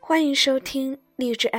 欢迎收听励志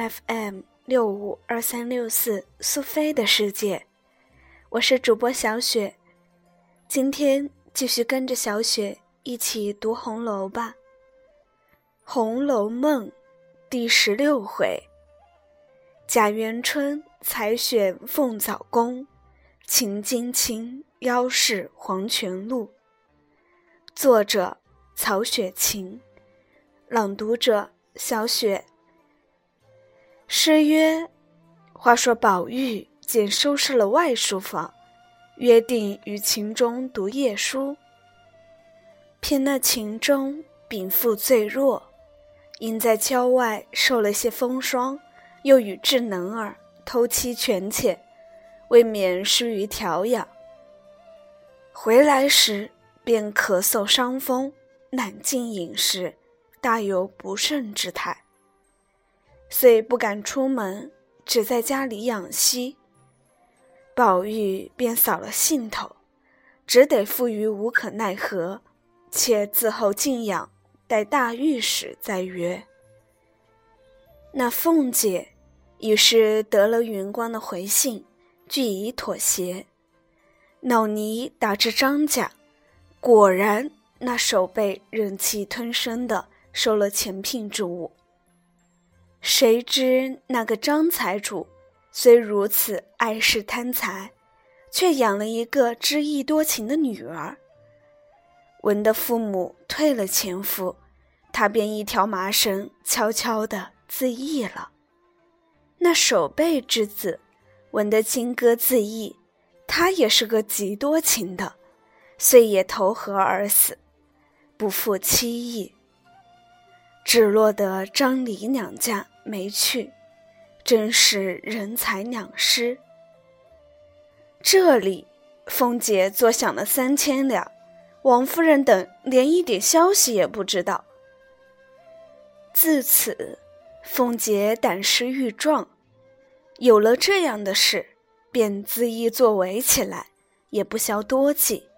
FM652364苏菲的世界，我是主播小雪。今天继续跟着小雪一起读红楼吧。红楼梦第16回，贾元春采选凤藻宫，秦金卿邀试黄泉路。作者曹雪芹，朗读者小雪。诗曰：话说宝玉见收拾了外书房，约定与秦钟读夜书。偏那秦钟禀赋最弱，因在郊外受了些风霜，又与智能儿偷妻权妾，未免失于调养。回来时便咳嗽伤风，难进饮食，大有不慎之态，遂不敢出门，只在家里养息。宝玉便扫了兴头，只得负于无可奈何，且自后静养，待大狱时再约。那凤姐已是得了云光的回信，俱已妥协。脑泥打至张家，果然那手背忍气吞声的收了前聘之物。谁知那个张财主虽如此爱世贪财，却养了一个知意多情的女儿。文的父母退了前夫，他便一条麻绳悄悄地自缢了。那守备之子文的金戈自缢，他也是个极多情的，遂也投河而死，不负妻意。只落得张李两家没去，真是人财两失。这里凤姐坐享了3000两，王夫人等连一点消息也不知道。自此凤姐胆识愈壮，有了这样的事，便恣意作为起来，也不消多计。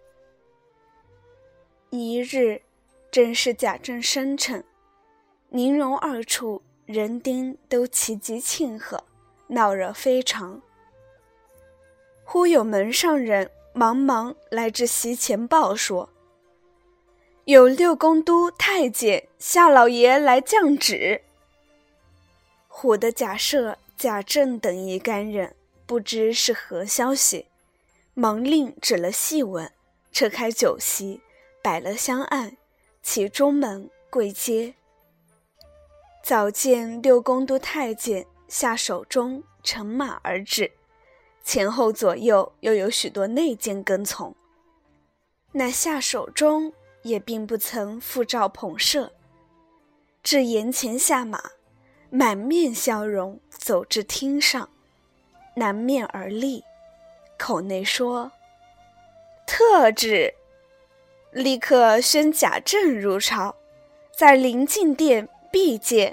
一日正是贾政生辰，宁荣二处人丁都齐集庆贺，闹热非常。忽有门上人忙忙来至席前报说，有六宫都太监夏老爷来降旨。唬得贾赦、贾政等一干人不知是何消息，忙令止了戏文，撤开酒席，摆了香案，起中门跪接。早见六宫都太监下手中乘马而至，前后左右又有许多内监跟从。那下手中也并不曾复照捧射，至檐前下马，满面笑容走至厅上，南面而立，口内说：特旨，立刻宣贾政入朝，在临近殿必见。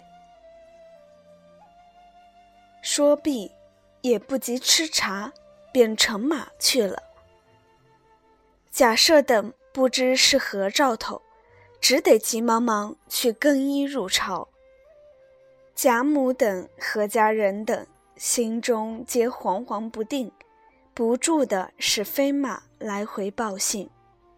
说毕，也不及吃茶，便乘马去了。贾赦等不知是何兆头，只得急忙忙去更衣入朝。贾母等何家人等心中皆惶惶不定，不住的是飞马来回报信。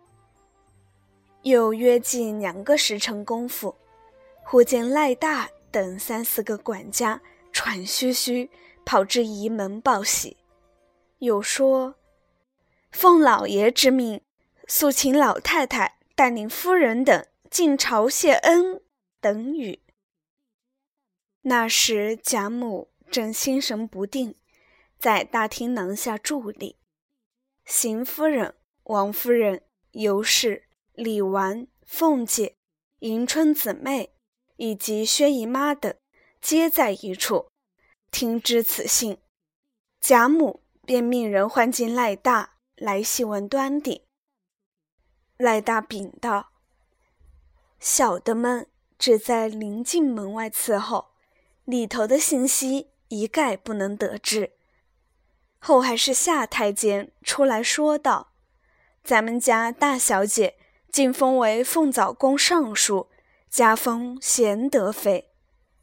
又约计2个时辰功夫，忽见赖大等3、4个管家喘吁吁跑至仪门报喜，又说奉老爷之命，速请老太太带领夫人等进朝谢恩等语。那时贾母正心神不定，在大厅廊下伫立，邢夫人、王夫人、尤氏、李纨、凤姐、迎春姊妹以及薛姨妈等皆在一处，听知此信，贾母便命人唤进赖大来细问端底。赖大禀道：小的们只在临近门外伺候，里头的信息一概不能得知。后还是夏太监出来说道，咱们家大小姐晋封为凤藻宫尚书，加封贤德妃，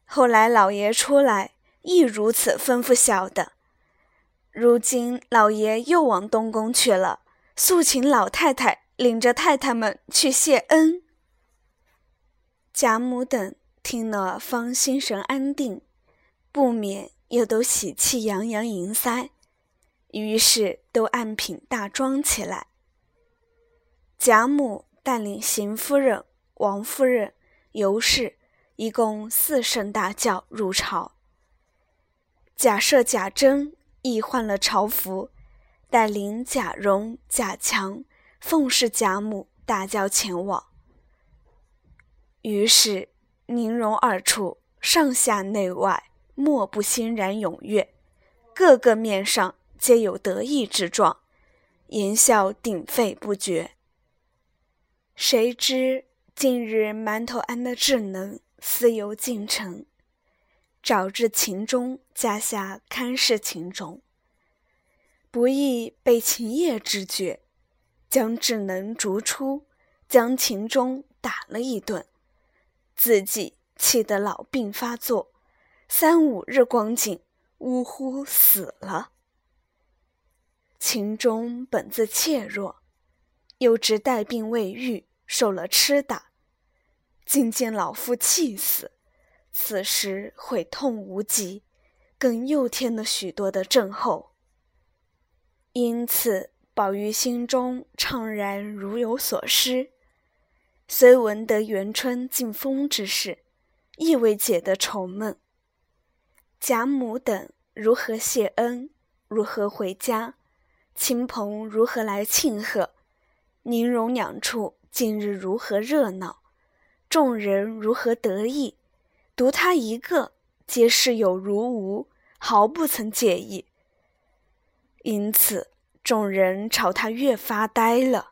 后来老爷出来，亦如此吩咐小的。如今老爷又往东宫去了，速请老太太领着太太们去谢恩。贾母等听了，方心神安定，不免又都喜气洋洋盈腮，于是都按品大装起来。贾母带领邢夫人、王夫人、尤氏一共4声大轿入朝。贾赦、贾珍亦换了朝服，带领贾蓉、贾强奉侍贾母大轿前往。于是宁荣二处上下内外莫不欣然踊跃，个个面上皆有得意之状，言笑鼎沸不绝。谁知近日馒头庵的智能私游进城，找至秦钟家下看视秦钟，不意被秦业知觉，将智能逐出，将秦钟打了一顿，自己气得老病发作，3、5日光景，呜呼死了。秦钟本自怯弱，又知带病未愈，受了痴打，今见老父气死，此时悔痛无极，更又添了许多的症候。因此宝玉心中怅然如有所失，虽闻得元春进封之事，亦未解得愁闷。贾母等如何谢恩，如何回家，亲朋如何来庆贺，宁荣两处近日如何热闹，众人如何得意，独他一个皆视有如无，毫不曾介意。因此众人朝他越发呆了。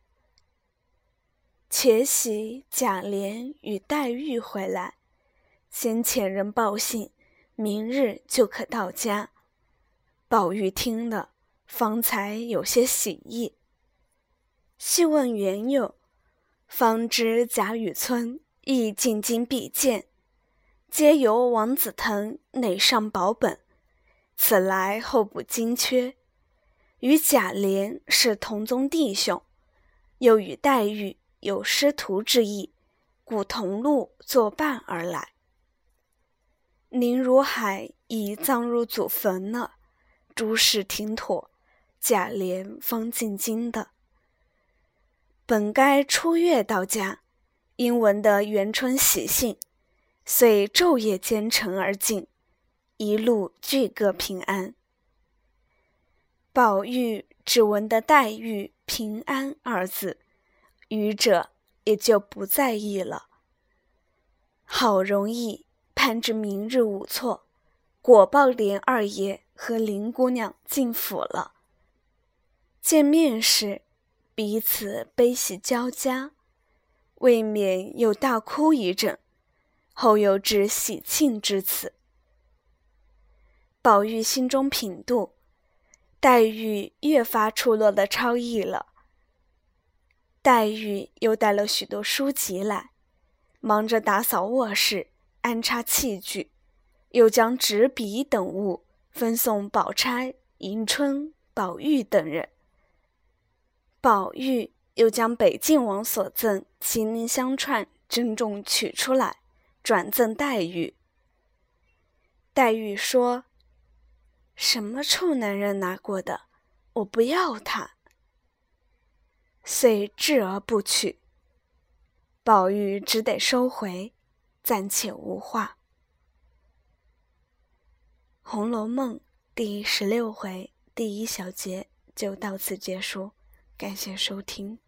且喜贾琏与黛玉回来，先前人报信，明日就可到家。宝玉听了，方才有些喜意。细问缘由，方知贾雨村亦进京必见，皆由王子腾内上保本，此来候补金缺，与贾琏是同宗弟兄，又与黛玉有师徒之意，故同路作伴而来。宁如海已葬入祖坟了，诸事停妥，贾琏方进京的。本该出月到家，因闻得元春喜信，遂昼夜兼程而进，一路俱各平安。宝玉只闻得黛玉平安2字，余者也就不在意了。好容易盼至明日午错，果报连二爷和林姑娘进府了。见面时彼此悲喜交加，未免又大哭一阵，后又至喜庆之词。宝玉心中品度，黛玉越发出落的超意了。黛玉又带了许多书籍来，忙着打扫卧室，安插器具，又将纸笔等物分送宝钗、迎春、宝玉等人。宝玉又将北静王所赠麒麟香串珍重取出来，转赠黛玉。黛玉说：“什么臭男人拿过的，我不要他。”遂置而不取。宝玉只得收回，暂且无话。《红楼梦》第16回第1小节就到此结束，感谢收听。